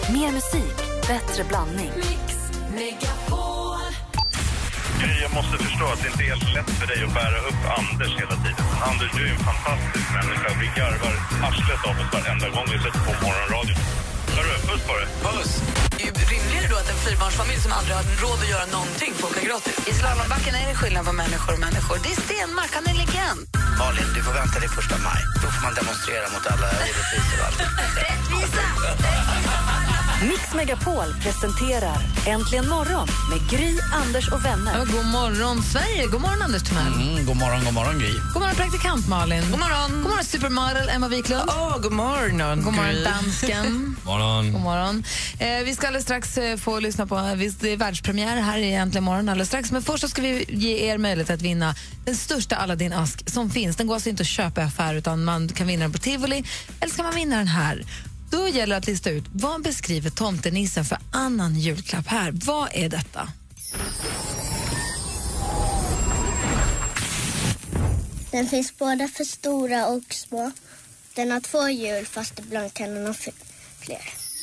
Mer musik, bättre blandning. Mix Megapol. Jag måste förstå att det inte är helt lätt för dig att bära upp Anders hela tiden. Anders, du är en fantastisk människa. Vi garvar arslet av oss varenda gång vi sätter på morgonradion. Hörru, puss på det. Puss. Det är ju rimligare då att en fyrbarnsfamilj som aldrig har råd att göra någonting får åka gratis. I slalombacken är det skillnad på människor och människor. Det är Stenmark, han är legend. Malin, du får vänta till 1 maj. Då får man demonstrera mot alla orättvisor och allt. Rättvisa! Mix Megapol presenterar Äntligen morgon med Gry, Anders och vänner. Ja, god morgon, Sverige. God morgon, Anders Timell. God morgon, Gry. God morgon, praktikant Malin. God morgon. God morgon, supermodel Emma Wiklund. God morgon. God morgon, dansken. Morgon. God morgon. Vi ska alldeles strax få lyssna på det är världspremiär här i Äntligen morgon alldeles strax. Men först så ska vi ge er möjlighet att vinna den största Aladdin-ask som finns. Den går alltså inte att köpa i affär utan man kan vinna den på Tivoli. Eller ska man vinna den här? Då gäller det att lista ut vad beskriver tomtenissen för annan julklapp här. Vad är detta? Den finns både för stora och små. Den har 2 hjul fast ibland kan den ha fler.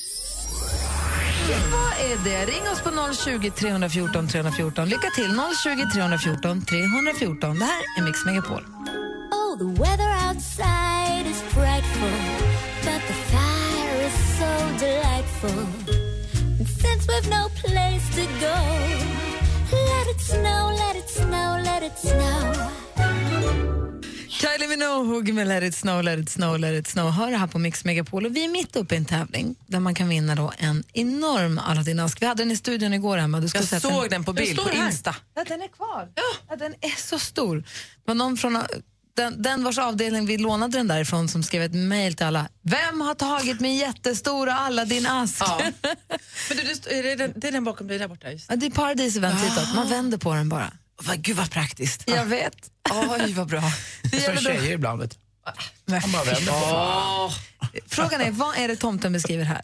Vad är det? Ring oss på 020 314 314. Lycka till 020 314 314. Det här är Mix Megapol. Oh, the weather outside is frightful, but the fire is so delightful. And since we've no place to go, let it snow, let it snow, let it snow. Kylie Minogue med Let it snow, let it snow, let it snow. Hör det här på Mix Megapol. Och vi är mitt uppe i en tävling där man kan vinna då en enorm Aladdin-ask. Vi hade den i studion igår hemma. Du Jag såg den på bild på Insta. Ja, den är kvar. Ja, den är så stor. Det var någon från den vars avdelning vi lånade den därifrån som skrev ett mejl till alla. Vem har tagit min jättestora Aladdin-ask? Ja. Men det är den bakom dig där borta just. Ja, det är Paradise Event hitåt. Man vänder på den bara. Gud vad praktiskt. Jag vet. Oj, vad bra. Det är tjejer ibland, vet du. Man bara vänder på. Frågan är, vad är det tomten beskriver här?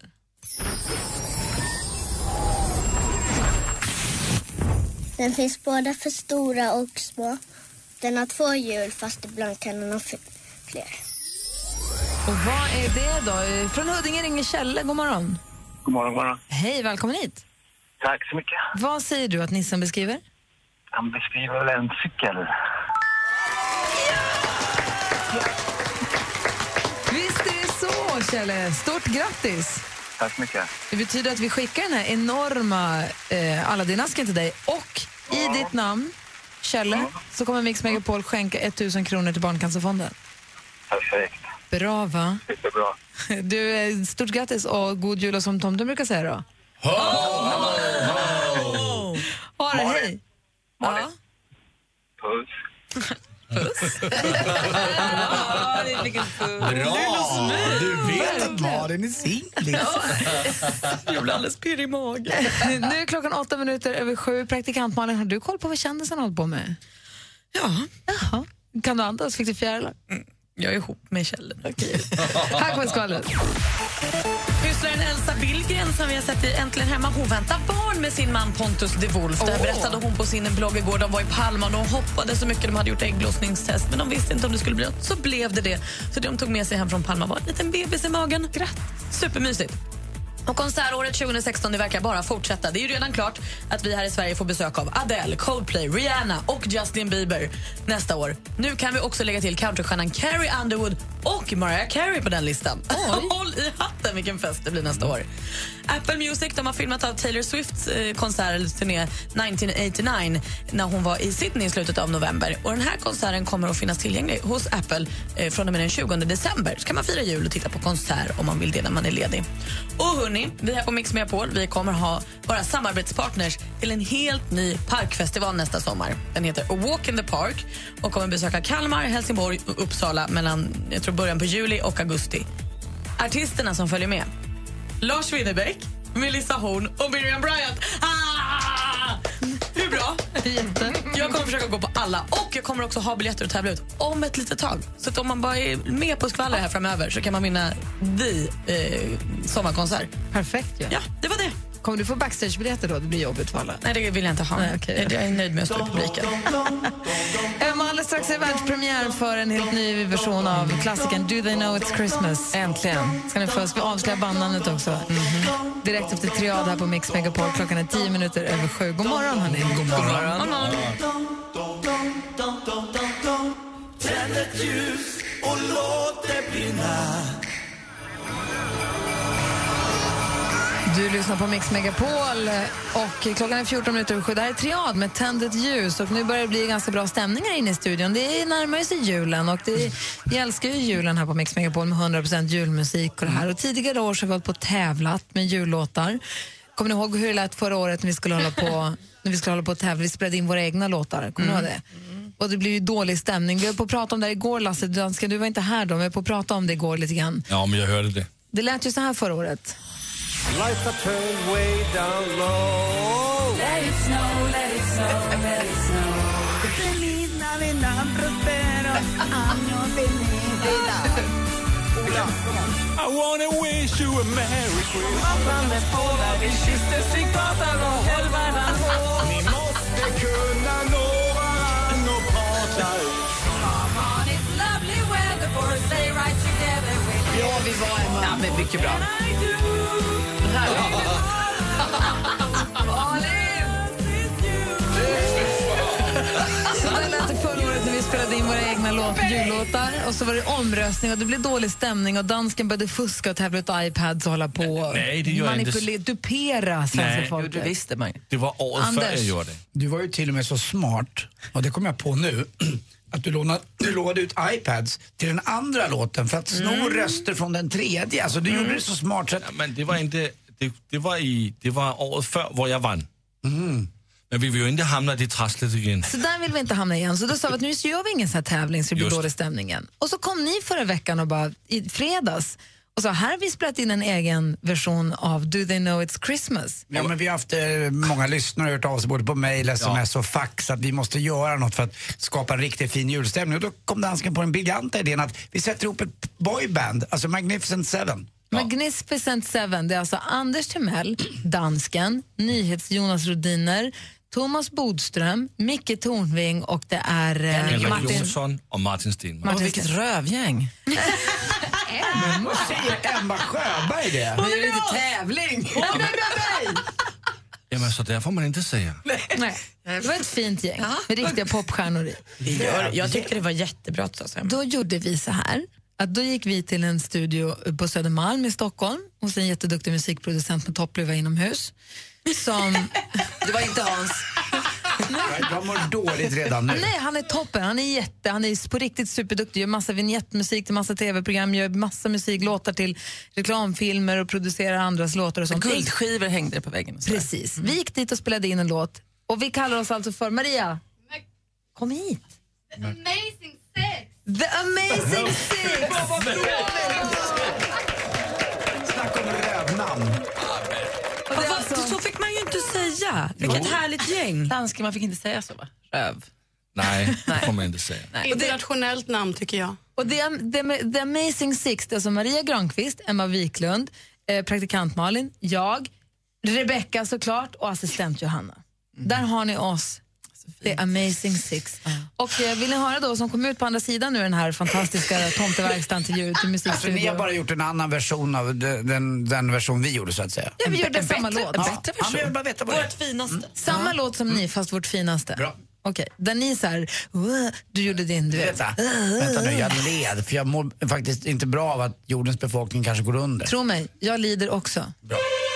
Den finns både för stora och små. Den har 2 hjul fast ibland kan den ha fler. Och vad är det då? Från Huddinge ringer Kjelle. God morgon. God morgon, god morgon. Hej, välkommen hit. Tack så mycket. Vad säger du att nissen beskriver? Han beskriver väl en cykel. Visst är det så, Kjelle. Stort grattis. Tack så mycket. Det betyder att vi skickar den här enorma Aladdin-asken till dig. Och i ditt namn, Kjelle, så kommer Mix Megapol skänka 1000 kronor till Barncancerfonden. Perfekt. Bra, va? Superbra. Du, stort grattis och god jul, och som tomten brukar säga då. Ha det, hej. Malin. Ja. Puss. Puss. Bra! Du vet att Malin är singel. Jag blir alldeles pirrig i magen. Nu är klockan 8:07. Praktikant Malin, har du koll på vad kändisen håller på med? Ja. Jaha. Kan du andas? Fick du fjärilar? Jag är ihop med Kjell. Här kommer skvallret. Pyslaren Elsa Billgren som vi har sett i Äntligen hemma, hon väntar barn med sin man Pontus de Wolf. Där berättade hon på sin blogg igår. De var i Palma och de hoppade så mycket. De hade gjort ägglossningstest men de visste inte om det skulle bli något. Så blev det. Så de tog med sig hem från Palma var en liten bebis i magen. Grattis. Supermysigt. Och konsertåret 2016 det verkar bara fortsätta. Det är ju redan klart att vi här i Sverige får besök av Adele, Coldplay, Rihanna och Justin Bieber nästa år. Nu kan vi också lägga till countrystjärnan Carrie Underwood och Mariah Carey på den listan. Håll i hatten vilken fest det blir nästa år. Apple Music de har filmat av Taylor Swifts konsertturné 1989 när hon var i Sydney i slutet av november. Och den här konserten kommer att finnas tillgänglig hos Apple från och med den 20 december. Så kan man fira jul och titta på konsert om man vill det när man är ledig. Och hörni, vi här på Mix Megapol, vi kommer vara samarbetspartners till en helt ny parkfestival nästa sommar. Den heter A Walk in the Park och kommer besöka Kalmar, Helsingborg och Uppsala mellan, jag tror, början på juli och augusti. Artisterna som följer med: Lars Winnerbäck, Melissa Horn och Miriam Bryant. Hur bra? Jätte. Jag kommer försöka gå på alla och jag kommer också ha biljetter att tävla ut om ett litet tag. Så att om man bara är med på skvaller här framöver så kan man vinna sommarkonsert. Perfekt, ja. Ja, det var det. Kommer du få backstagebiljetter då? Det blir jobbigt för alla. Nej, det vill jag inte ha. Nej, okay. Jag är nöjd med att stå i publiken. Alldeles strax är världspremiär för en helt ny version av klassikern Do They Know It's Christmas. Äntligen. Ska ni få avslöja bandnamnet också. Direkt efter Triad här på Mix Megapol. Klockan är 10 minuter över 7. God morgon, hörni. God morgon. Tänd ett ljus och låt det brinna. Du lyssnar på Mix Megapol och klockan är 14 minuter över 7. Det här är Triad med Tänd ett ljus och nu börjar det bli ganska bra stämningar inne i studion. Det närmar sig julen och vi älskar ju julen här på Mix Megapol med 100% julmusik och det här. Och tidigare år så har vi hållit på tävlat med jullåtar. Kommer ni ihåg hur det lät förra året när vi skulle hålla på och tävla? Vi spelade in våra egna låtar, kommer ni ihåg det? Och det blir ju dålig stämning. Vi var på att prata om det här igår, Lasse Danska. Du var inte här då, men vi var på att prata om det igår lite grann. Ja, men jag hörde det. Det lät ju så här förra året. Lights are turned way down low. Let it snow, let it snow, let it snow. Feliz Navidad, prospero año feliz. I wanna wish you a Merry Christmas. Pappa med båda vi kysste sig pratar och håll varann hårt. Ni måste kunna nå varann och prata ut. Come on, it's lovely weather for a sleigh ride together with you. Ja, vi var en Ja, men mycket bra. Så det lät det förra året när vi spelade in våra egna jullåtar och så var det omröstning och det blev dålig stämning och dansken började fuska och tävla ut iPads och hålla på Nej, det gör inte. Dupera svenska folket. Du visste man. Det var året Anders. før jag gjorde det. Du var ju till och med så smart, och det kom jag på nu, att du lånade ut iPads till den andra låten för att sno röster från den tredje. Alltså du gjorde det så smart så att... Ja, men det var inte... Det var året før, hvor jag vann. Men vi vill ju inte hamna i det trasslet igen. Så där vill vi inte hamna igen. Så då sa vi att nu gör vi ingen sån här tävling så det blir dålig stämning igen. Och så kom ni förra veckan och bara i fredags och så här har vi spelat in en egen version av Do They Know It's Christmas. Ja, men vi har haft många lyssnare hört av sig både på mail, sms och fax att vi måste göra något för att skapa en riktigt fin julstämning. Och då kom dansken på den briljanta idén att vi sätter ihop ett boyband, alltså Magnificent Seven. Magnificent Seven, det är alltså Anders Timell, dansken, Jonas Rodiner, Thomas Bodström, Micke Tornving och det är Martin Jonsson och Martin Stenmark. Och vilket rövgäng. Men vad säger Emma Sjöberg det? Hon är lite tävling. Hon är med mig. Ja, men så där får man inte säga. Nej, det var ett fint gäng med riktiga popstjärnor i. Jag tyckte det var jättebra. Då gjorde vi så här. Att då gick vi till en studio på Södermalm i Stockholm hos en jätteduktig musikproducent med toppluva inomhus. Som... Det var inte Hans. Jag mår dåligt redan nu. Nej, han är toppen. Han är på riktigt superduktig. Gör massa vignettmusik till massa tv-program, gör massa musiklåtar till reklamfilmer och producerar andras låtar och sånt. Guldskivor hängde på väggen. Precis. Vi gick dit och spelade in en låt och vi kallar oss alltså för Maria. Kom hit. The Amazing Six. The Amazing Six. Snacka om rövnamn. Så fick man ju inte säga. Vilket härligt gäng. Danska, man fick inte säga så, va? Röv. Nej, det får man inte säga. Internationellt namn tycker jag. Och The Amazing Six, det är alltså Maria Granqvist, Emma Wiklund, praktikant Malin, jag, Rebecca såklart och assistent Johanna. Där har ni oss. The Amazing Six. Och vill ni höra då som kom ut på andra sidan nu den här fantastiska tomteverkstan till musikstudio? Alltså, ni har bara gjort en annan version av den version vi gjorde så att säga. Ja, vi gjorde samma låt. En bättre version. Ja, bara veta vad vårt finaste. Samma låt som ni, fast vårt finaste. Bra. Okej, där ni så här, du gjorde din, du vet. Vänta nu, jag led. För jag mår faktiskt inte bra av att jordens befolkning kanske går under. Tro mig, jag lider också. Bra.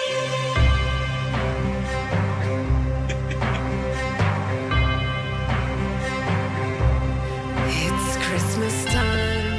Christmas time.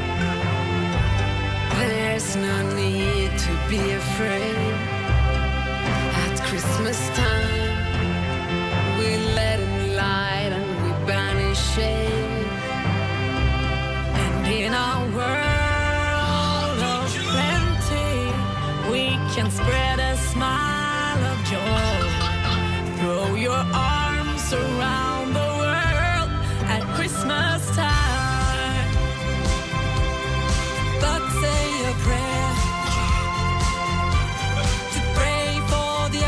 There's no need to be afraid. At Christmas time, we let in light and we banish shade. And in our world of plenty, we can spread a smile of joy. Throw your arms around the world at Christmas time. But say a prayer to pray for the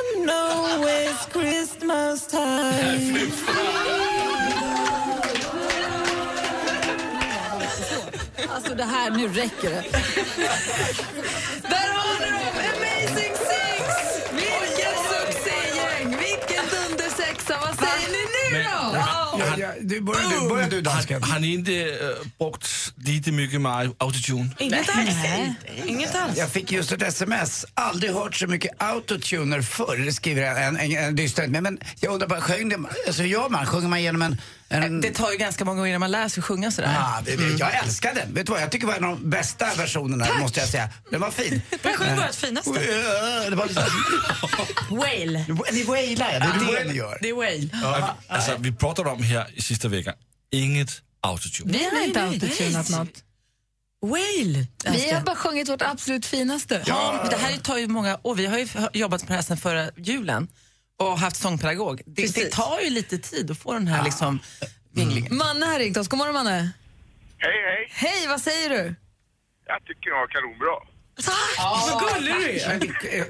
know it's Christmas time. Alltså det här, nu räcker det. Där har ni dem, Amazing Six! Vilken succégäng, vilken dundersexa, vad säger ni nu då? Börjar du dansken. Har ni inte brugt lite mycket med autotune? Inget alls. Jag fick just ett sms. Aldrig hört så mycket autotuner förr, skriver en dyster. Men jag undrar bara, alltså hur gör man? Sjunger man igenom en... Det tar ju ganska många år innan man lär sig sjunga sådär. Ja, jag älskar den. Vet du vad? Jag tycker det var en av de bästa versionerna, måste jag säga. Den var fin. Men sjung vårt finaste. Det var lite... Wail. Ni wailar, det är det ni gör. Det är wail. Ja. Alltså, vi pratade om här i sista veckan. Inget autotune. Vi har inte autotunat något. Wail. Vi har bara sjungit vårt absolut finaste. Ja, det här tar ju många år. Vi har ju jobbat på det här sedan förra julen och haft sångpedagog. Det tar ju lite tid att få den här liksom vinglingen. Manne har ringt oss. God morgon, Manne. Hej. Hej, vad säger du? Jag tycker jag var kanonbra. Vad gullig du är.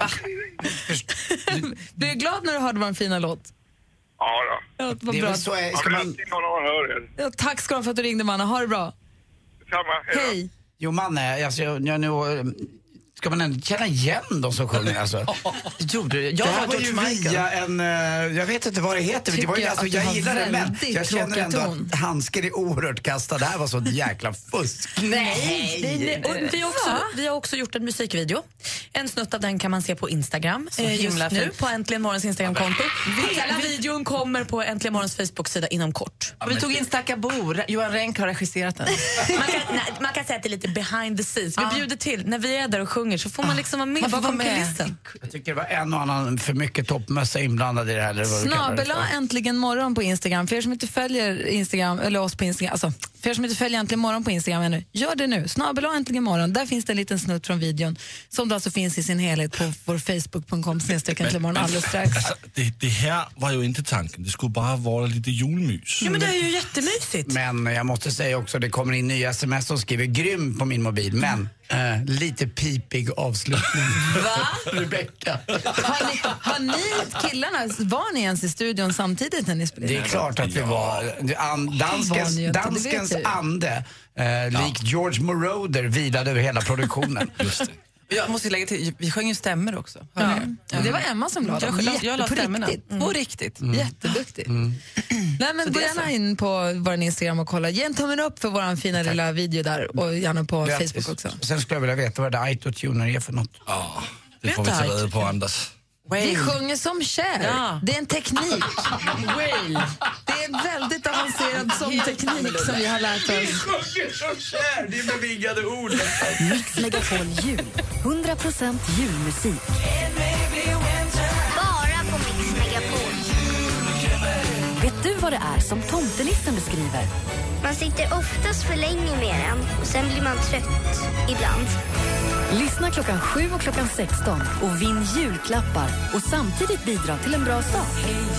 Blir du glad när du hörde vår fina låt? Ja då. Ja, vad Det är bra. väl så, ska man... Ja, tack ska du ha för att du ringde, Manne. Ha det bra. Samma. Hej. Jo, Manne, alltså, jag nu... Ska man ändå känna igen de som sjunger alltså? Gjorde du? Det här var ju via en... jag vet inte vad det heter. Det var ju, alltså, jag gillar det, men jag känner ändå att handsken är oerhört kastad. Det här var så jäkla fusk. Nej. Och vi har också gjort en musikvideo. En snutt av den kan man se på Instagram just nu, på Äntligen Morgons Instagramkonto. Hela videon kommer på Äntligen Morgons Facebook-sida inom kort. Och vi tog in Stackabo. Johan Renck har regisserat den. Man kan säga att det är lite behind the scenes. Vi bjuder till, när vi är där och sjunger så får man liksom vara med bakom kulissen. Jag tycker det var en och annan för mycket toppmössa inblandad i det här. Snabbela Äntligen Morgon på Instagram. För er som inte följer Instagram, eller oss på Instagram, alltså för er som inte följer Äntligen Morgon på Instagram ännu, gör det nu. Snabbela Äntligen Morgon. Där finns det en liten snutt från videon som då alltså finns i sin helhet på vår facebook.com/äntligen alldeles strax. Alltså, det här var ju inte tanken. Det skulle bara vara lite julmys. Ja, men det är ju jättemysigt. Men jag måste säga också, det kommer in nya sms som skriver grym på min mobil, men lite pipig avslutning. Va? Rebecka. Har ni killarna, var ni ens i studion samtidigt när ni spelade? Det är klart att vi var. Danskens ande, likt George Moroder, vilade över hela produktionen. Just det. Jag måste lägga till, vi sjöng ju stämmer också. Det var Emma som la dem. Jag la stämmorna. På riktigt. Jätteduktig. Nej, men gå gärna in på vår Instagram och kolla. Ge en tummen upp för vår fina lilla video där och gärna på Facebook också. Sen skulle jag vilja veta vad det autotuner är för något. Ja, det får vi ta reda på, Anders. Vi sjunger som Cher. Ja. Det är en teknik. Wail. Det är en väldigt avancerad sångteknik som vi har lärt oss. Vi sjunger som Cher, det är bevingade ord. Mix Megapol jul. 100% julmusik. Bara på Mix Megapol. Vet du vad det är som tomtenissen beskriver? Man sitter oftast för länge med den och sen blir man trött ibland. Lyssna klockan 7 och klockan 16 och vinn julklappar och samtidigt bidra till en bra sak.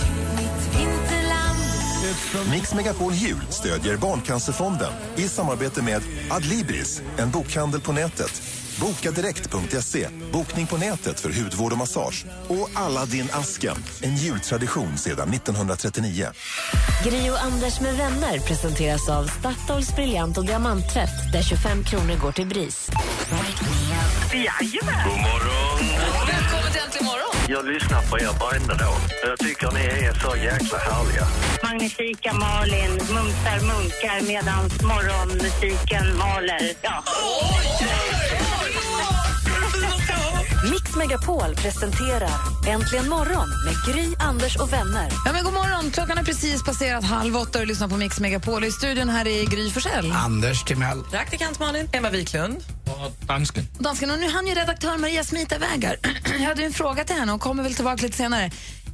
Mix Megapol Jul stödjer Barncancerfonden i samarbete med Adlibris, en bokhandel på nätet. Bokadirekt.se, bokning på nätet för hudvård och massage. Och Aladdin-asken, en jultradition sedan 1939. Gri och Anders med vänner presenteras av Statoils briljant och diamanttvätt där 25 kronor går till BRIS. Jajamän! God morgon! Välkommen till Äntligen Morgon! Jag lyssnar på er varenda dag. Jag tycker ni är så jäkla härliga. Magnifika Malin mumsar munkar medan morgonmusiken maler. Ja. Mix Megapol presenterar Äntligen morgon med Gry, Anders och vänner. Ja, men god morgon. Klockan är precis passerat 7:30 och lyssnar på Mix Megapol. I studion här är Gry Forssell. Anders Timell. Praktikant Malin. Emma Wiklund. Och dansken. Och nu hann ju redaktör Maria smita iväg här. Jag hade ju en fråga till henne och kommer väl tillbaka lite senare.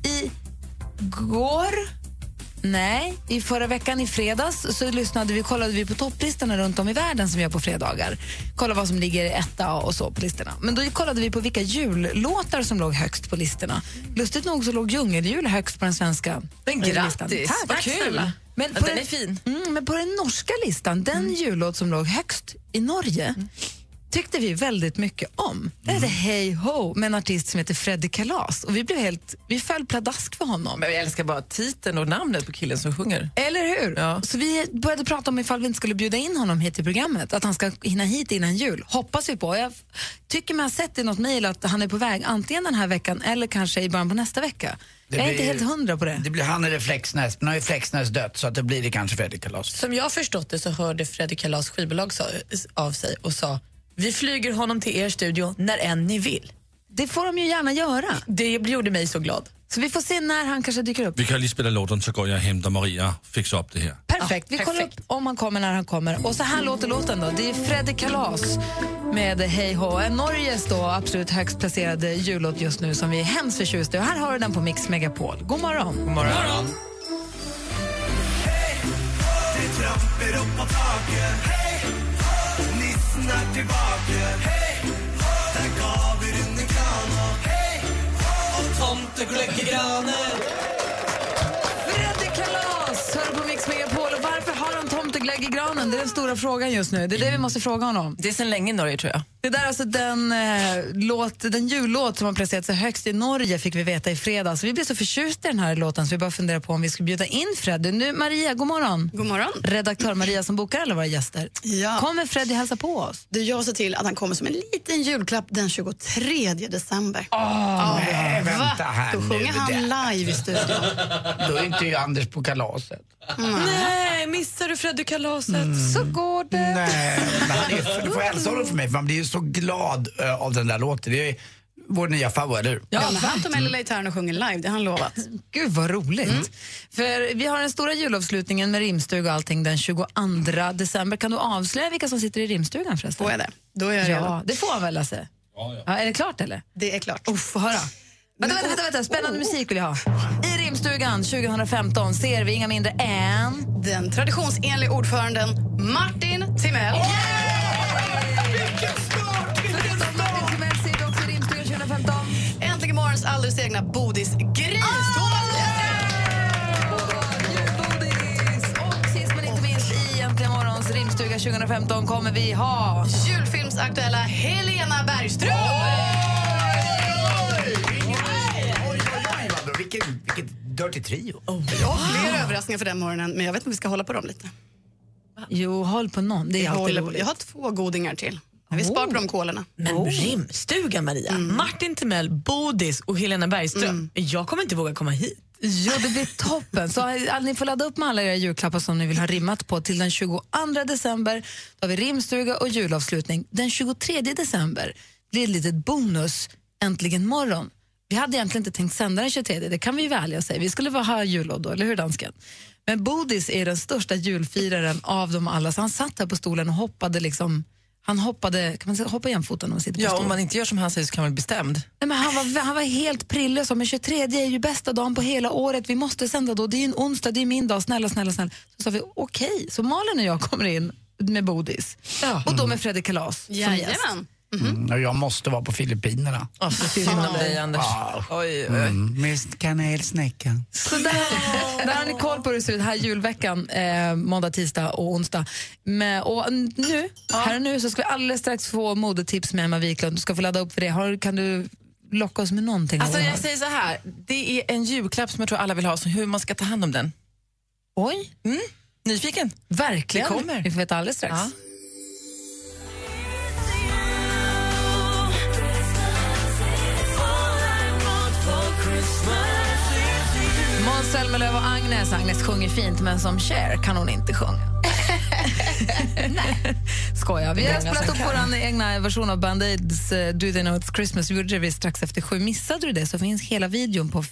I förra veckan i fredags så kollade vi på topplistorna runt om i världen som vi gör på fredagar. Kolla vad som ligger etta och så på listorna. Men då kollade vi på vilka jullåtar som låg högst på listorna. Lustigt nog så låg Djungeljul högst på den svenska listan. Grattis, vad kul. Men den är fin. Men på den norska listan, den jullåt som låg högst i Norge tyckte vi väldigt mycket om. Det heter Hey Ho med en artist som heter Freddy Kalas. Och vi föll pladask för honom. Men jag älskar bara titeln och namnet på killen som sjunger. Eller hur? Ja. Så vi började prata om ifall vi inte skulle bjuda in honom hit till programmet. Att han ska hinna hit innan jul. Hoppas vi på. Jag tycker mig ha sett i något mejl att han är på väg antingen den här veckan eller kanske i början på nästa vecka. Jag är inte helt 100 på det. Det blir han eller Flexnäs. Men nu har ju Flexnäs dött så att det blir det kanske Freddy Kalas. Som jag har förstått det så hörde Freddy Kalas skivbolag av sig och sa: vi flyger honom till er studio när än ni vill. Det får de ju gärna göra. Det gjorde mig så glad. Så vi får se när han kanske dyker upp. Vi kan lige spela låten så går jag hem där Maria fixar upp det här. Perfekt, vi kollar upp om han kommer när han kommer. Och så här låter låten då. Det är Freddy Kalas med Hey Ho. En Norges då absolut högst placerade jullåt just nu som vi är hemskt förtjusta i. Och här har du den på Mix Megapol. God morgon. God morgon. God morgon. Hey, det trampar upp på taket. Hey, nissen är tillbaka. Hey, där gav vi runt i kranen. Hey, och tomteglögg i granen. Freddy Kalas hör på Mix Megapol. Och varför har han tomteglögg i granen? Det är den stora frågan just nu. Det är det vi måste fråga honom. Det är sedan länge i Norge, tror jag. Det där är alltså den jullåt som har placerat sig högst i Norge, fick vi veta i fredags. Vi blev så förtjusta i den här låten så vi bara funderar på om vi skulle bjuda in Freddy. Nu, Maria, god morgon. God morgon. Redaktör Maria som bokar alla våra gäster. Ja. Kommer Freddy hälsa på oss? Jag ser till att han kommer som en liten julklapp den 23 december. Nej, vänta här då sjunger han live i studion. Då är inte ju Anders på kalaset. Nej, missar du Freddy Kalaset? Så går det. Nej, men du får hälsa honom för mig, för man blir ju så glad av den där låten. Det är vår nya favorit, eller? Ja, han tar med lilla gitarren och sjunger live, det har han lovat. Gud vad roligt. För vi har den stora julavslutningen med rimstuga och allting den 22 december. Kan du avslöja vilka som sitter i rimstugan förresten? Får jag det? Då är jag redo. Det får han väl, Lasse? Ja, är det klart eller? Det är klart. Få höra. Vänta. Spännande musik vill jag ha. I rimstugan 2015 ser vi inga mindre än... den traditionsenliga ordföranden Martin Timell. Vilken start! Förutom Martin Timell ser vi också i rimstugan 2015. Äntligen morgons alldeles egna Bodis Gris. Thomas Julbodis! Och sist men inte minst i Äntligen morgons rimstuga 2015 kommer vi ha... julfilmsaktuella Helena Bergström. Vilket dirty trio. Jag har fler överraskningar för den morgonen, men jag vet inte om vi ska hålla på dem lite. Jo, håll på någon. Det är alltid roligt. Jag har 2 godingar till. Jag vill spara på de kolerna. Men rimstuga, Maria. Martin Timell, Bodis och Helena Bergström. Jag kommer inte våga komma hit. Ja, det blir toppen. Så ni får ladda upp med alla era julklappar som ni vill ha rimmat på till den 22 december. Då har vi rimstuga och julavslutning. Den 23 december blir ett litet bonus Äntligen morgon. Vi hade egentligen inte tänkt sända den 23, det kan vi ju välja säga. Vi skulle ha jullåd då, eller hur dansken? Men Bodis är den största julfiraren av dem alla. Så han satt här på stolen och hoppade liksom... Han hoppade, kan man hoppa jämfoten och sitta på stolen? Om man inte gör som han säger så kan man bli bestämd. Nej, men han var helt prillös. Men 23 är ju bästa dagen på hela året. Vi måste sända då. Det är ju en onsdag, det är min dag. Snälla. Så sa vi okej. Så Malin och jag kommer in med Bodis. Ja. Och då med Freddy Kalas som gäst. Och jag måste vara på Filippinerna. Synd om dig, Anders. Oj. Med kanelsnäckan. Så där har ni koll på hur det ser ut här julveckan, måndag, tisdag och onsdag. Och nu, här och nu så ska vi alldeles strax få modetips med Emma Wiklund. Du ska få ladda upp för det. Kan du locka oss med någonting? Alltså jag säger så här, det är en julklapp som jag tror alla vill ha, så hur man ska ta hand om den. Oj. Nyfiken? Verkligen. Det kommer. Vi får veta alldeles strax. Ja. Måns Zelmerlöw och Agnes sjunger fint, men som Cher kan hon inte sjunga. Nej, skojar. Vi har spelat upp vår egna version av Band Aids Do They Know It's Christmas. Vi gjorde det strax efter 7. Missade du det så finns hela videon på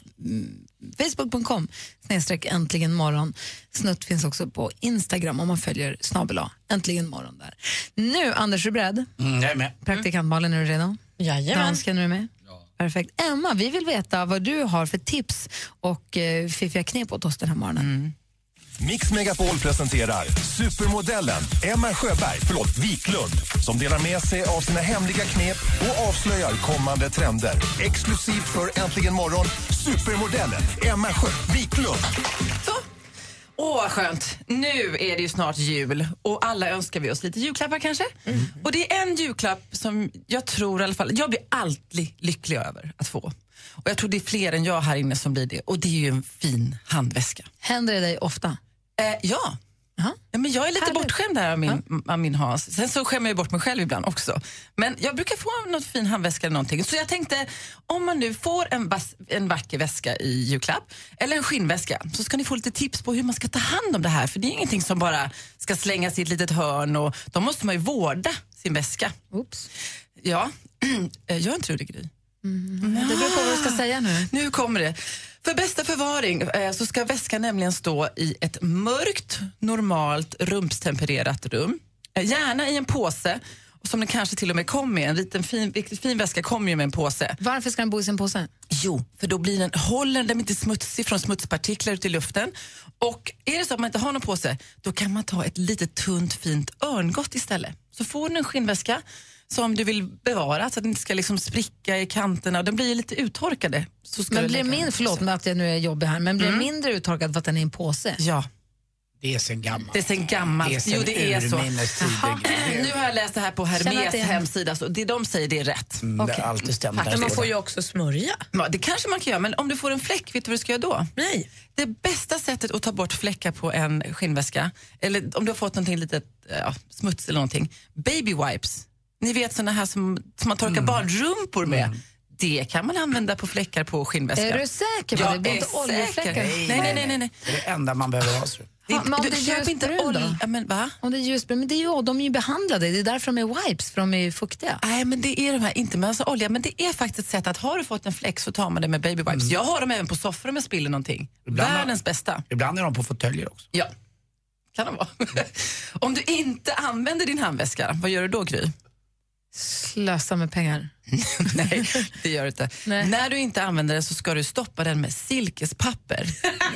facebook.com/äntligen morgon. Snutt finns också på Instagram om man följer @ äntligen morgon där. Nu, Anders, är du beredd? Jag är med. Praktikant Malin, är du redo? Jajamän. Dansken, är du med? Perfekt. Emma, vi vill veta vad du har för tips och fiffiga knep åt oss den här morgonen. Mix Megapol presenterar supermodellen Emma Wiklund som delar med sig av sina hemliga knep och avslöjar kommande trender. Exklusivt för Äntligen morgon, supermodellen Emma Wiklund. Så. Åh, skönt. Nu är det ju snart jul och alla önskar vi oss lite julklappar kanske. Och det är en julklapp som jag tror i alla fall, jag blir alltid lycklig över att få. Och jag tror det är fler än jag här inne som blir det. Och det är ju en fin handväska. Händer det dig ofta? Ja. Ja, men jag är lite bortskämd där av min Hans. Sen så skämmer jag bort mig själv ibland också. Men jag brukar få något fin handväska eller någonting. Så jag tänkte, om man nu får en vacker väska i julklapp eller en skinnväska, så ska ni få lite tips på hur man ska ta hand om det här. För det är ingenting som bara ska slängas i ett litet hörn, och då måste man ju vårda sin väska. Oops. Ja, gör inte du det, Gry? Det beror på vad du ska säga nu. Nu kommer det. För bästa förvaring så ska väskan nämligen stå i ett mörkt, normalt, rumstempererat rum. Gärna i en påse, och som den kanske till och med kom med. En liten riktigt fin väska kommer ju med en påse. Varför ska den bo i sin påse? Jo, för då blir håller den inte smutsig från smutspartiklar ut i luften. Och är det så att man inte har någon påse, då kan man ta ett litet tunt fint örngott istället. Så får du en skinnväska som du vill bevara, så att den inte ska liksom spricka i kanterna, och den blir lite uttorkade. Så ska men blir förlåt med att jag nu är jobbig här, men blir mindre uttorkad för att den är i en påse? Ja. Det är sen gammalt. Det är sen gammalt. Jo, det är så. Nu har jag läst det här på Hermes hemsida, så det de säger det är rätt. Det har alltid stämt. Men man får ju också smörja. Ja, det kanske man kan göra, men om du får en fläck, vet du vad du ska göra då? Nej. Det bästa sättet att ta bort fläckar på en skinnväska, eller om du har fått någonting litet smuts eller någonting, baby wipes. Ni vet såna här som man torkar barnrumpor med. Det kan man använda på fläckar på skinnväskar. Är du säker på det? Det blir inte oljefläckar? Nej. Det är det enda man behöver ha. Men om det är ljusbrun då? Men va? Om det är ljusbrun, men de är ju behandlade. Det är därför de är wipes, för de är fuktiga. Nej, men det är de här, inte med massa olja. Men det är faktiskt ett sätt att, har du fått en fläck så tar man det med baby wipes. Jag har dem även på soffor om jag spiller någonting. Världens bästa. Ibland är de på fåtöljer också. Ja, kan de vara. Om du inte använder din handväska, vad gör du då, Gry? Slösa med pengar. Nej, det gör du inte. Nej. När du inte använder den så ska du stoppa den med silkespapper.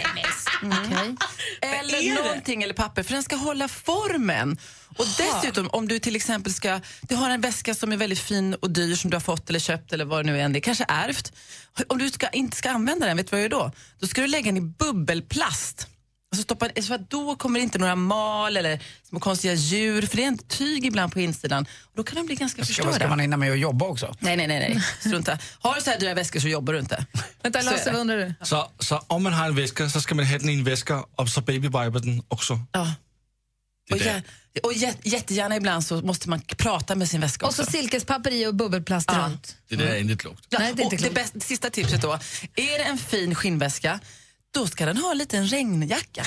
Okay. Eller någonting, eller papper, för den ska hålla formen. Och dessutom, om du till exempel du har en väska som är väldigt fin och dyr som du har fått eller köpt eller vad det nu än är, kanske ärvt. Om du inte ska använda den, vet du vad du gör då? Då ska du lägga den i bubbelplast. Och så att då kommer det inte några mal eller små konstiga djur, för det är en tyg ibland på insidan. Och då kan de bli ganska förstörda. Ska man hinna med att jobba också? Nej. Strunta. Har du så här dyra väskor så jobbar du inte. Vänta, Lasse, vad undrar du? Så om man har en väska så ska man ha den i en väska och så babywiper den också. Ja. Och jättegärna ibland så måste man prata med sin väska också. Och så silkespapper i och bubbelplast runt. Det där är inte klokt. Nej, det är inte klokt. Det sista tipset då. Är det en fin skinnväska, då ska den ha en liten regnjacka.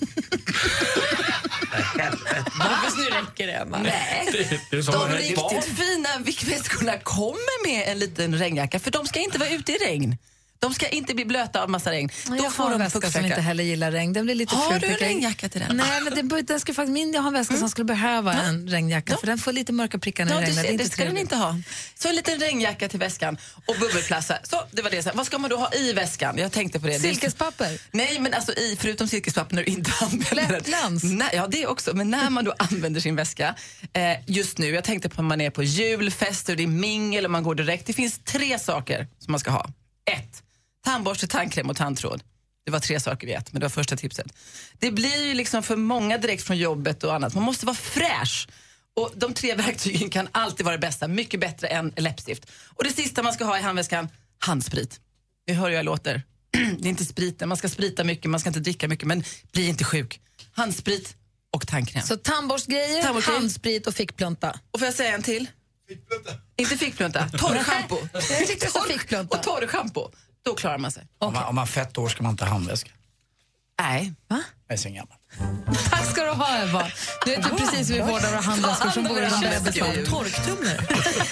Varför nu räcker det, Emma? Nej, det är de riktigt fina väskorna kommer med en liten regnjacka, för de ska inte vara ute i regn. De ska inte bli blöta av massa regn. Då får de en väska som inte heller gillar regn. Den blir lite har du en regnjacka till den? Nej, men den ska faktiskt jag har en väska som skulle behöva en regnjacka, för den får lite mörka prickar när det regnar. Det ska den inte ha. Så en liten regnjacka till väskan och bubbelplassa. Så, det var det. Vad ska man då ha i väskan? Jag tänkte på det. Silkespapper? Nej, men alltså förutom silkespapper när du inte använder Lättlands? Ja, det också. Men när man då använder sin väska just nu, jag tänkte på om man är på julfester och det är mingel och man går direkt. Det finns 3 saker som man ska ha. 1. Tandborste, tandkräm och tandtråd. Det var 3 saker vi men det var första tipset. Det blir ju liksom för många direkt från jobbet och annat. Man måste vara fräsch. Och de 3 verktygen kan alltid vara det bästa. Mycket bättre än läppstift. Och det sista man ska ha i handväskan, handsprit. Vi hör hur jag låter. Det är inte spriten. Man ska sprita mycket, man ska inte dricka mycket. Men bli inte sjuk. Handsprit och tandkräm. Så tandborstgrejer, handsprit och fickplunta. Och får jag säga en till? Fickplunta. Inte fickplunta, torrschampo. Och torrschampo. Då klarar man sig. Okay. Om man fett år ska man inte ha handväska. Nej. Va? Jag är sen gammal. Tack ska du ha, Eva. Du vet precis hur vi vårdar våra handväskor som bor i de där bestånd. Torktumlare.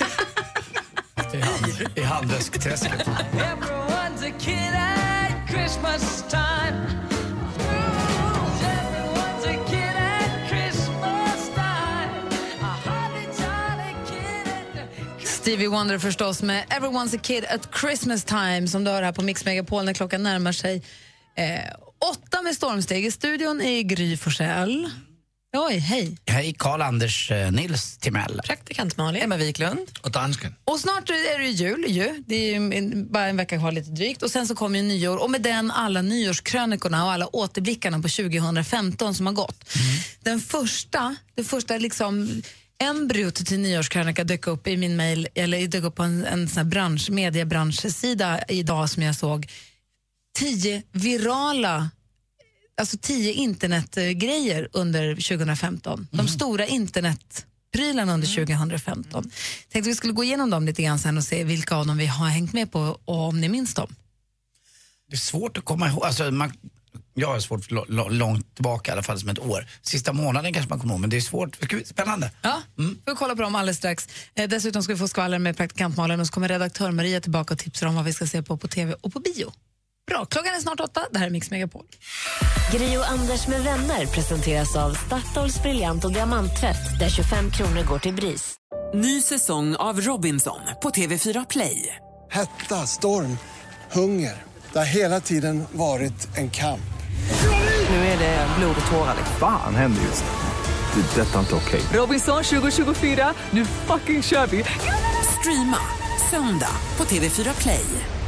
I handväskträsket. Everyone's a kid at Christmas time. Stevie Wonder förstås med Everyone's a kid at Christmas time, som du hör här på Mix Megapol när klockan närmar sig 8 med stormsteg. I studion är Gry Forssell. Oj, hej. Hej, Karl-Anders Nils Timell. Praktikant Malin. Emma Wiklund. Och dansken. Och snart är det jul ju. Det är ju bara en vecka kvar lite drygt. Och sen så kommer ju nyår. Och med den alla nyårskrönikorna och alla återblickarna på 2015 som har gått. Det första liksom embryot till nyårskrönika dök upp i min mejl, eller dök upp på en sån här mediebranschsida idag som jag såg. 10 virala, alltså 10 internetgrejer under 2015. De stora internetprylarna under 2015. Tänkte vi skulle gå igenom dem lite grann sen och se vilka av dem vi har hängt med på och om ni minns dem. Det är svårt att komma ihåg, alltså jag har svårt långt tillbaka i alla fall som ett år. Sista månaden kanske man kommer ihåg, men det är svårt. Spännande. Ja, får vi kolla på dem alldeles strax. Dessutom ska vi få skvaller med praktikant Malin och så kommer redaktör Maria tillbaka och tipsar om vad vi ska se på TV och på bio. Bra, klockan är snart 8. Det här är Mix Megapol. Gri och Anders med vänner presenteras av Statoils briljant och diamanttvätt där 25 kronor går till BRIS. Ny säsong av Robinson på TV4 Play. Hetta, storm, hunger. Det har hela tiden varit en kamp. Nu är det blod och tårar. Fan händer just det. Det är detta inte okej. Robinson 2024, nu fucking kör vi. Streama söndag på TV4 Play.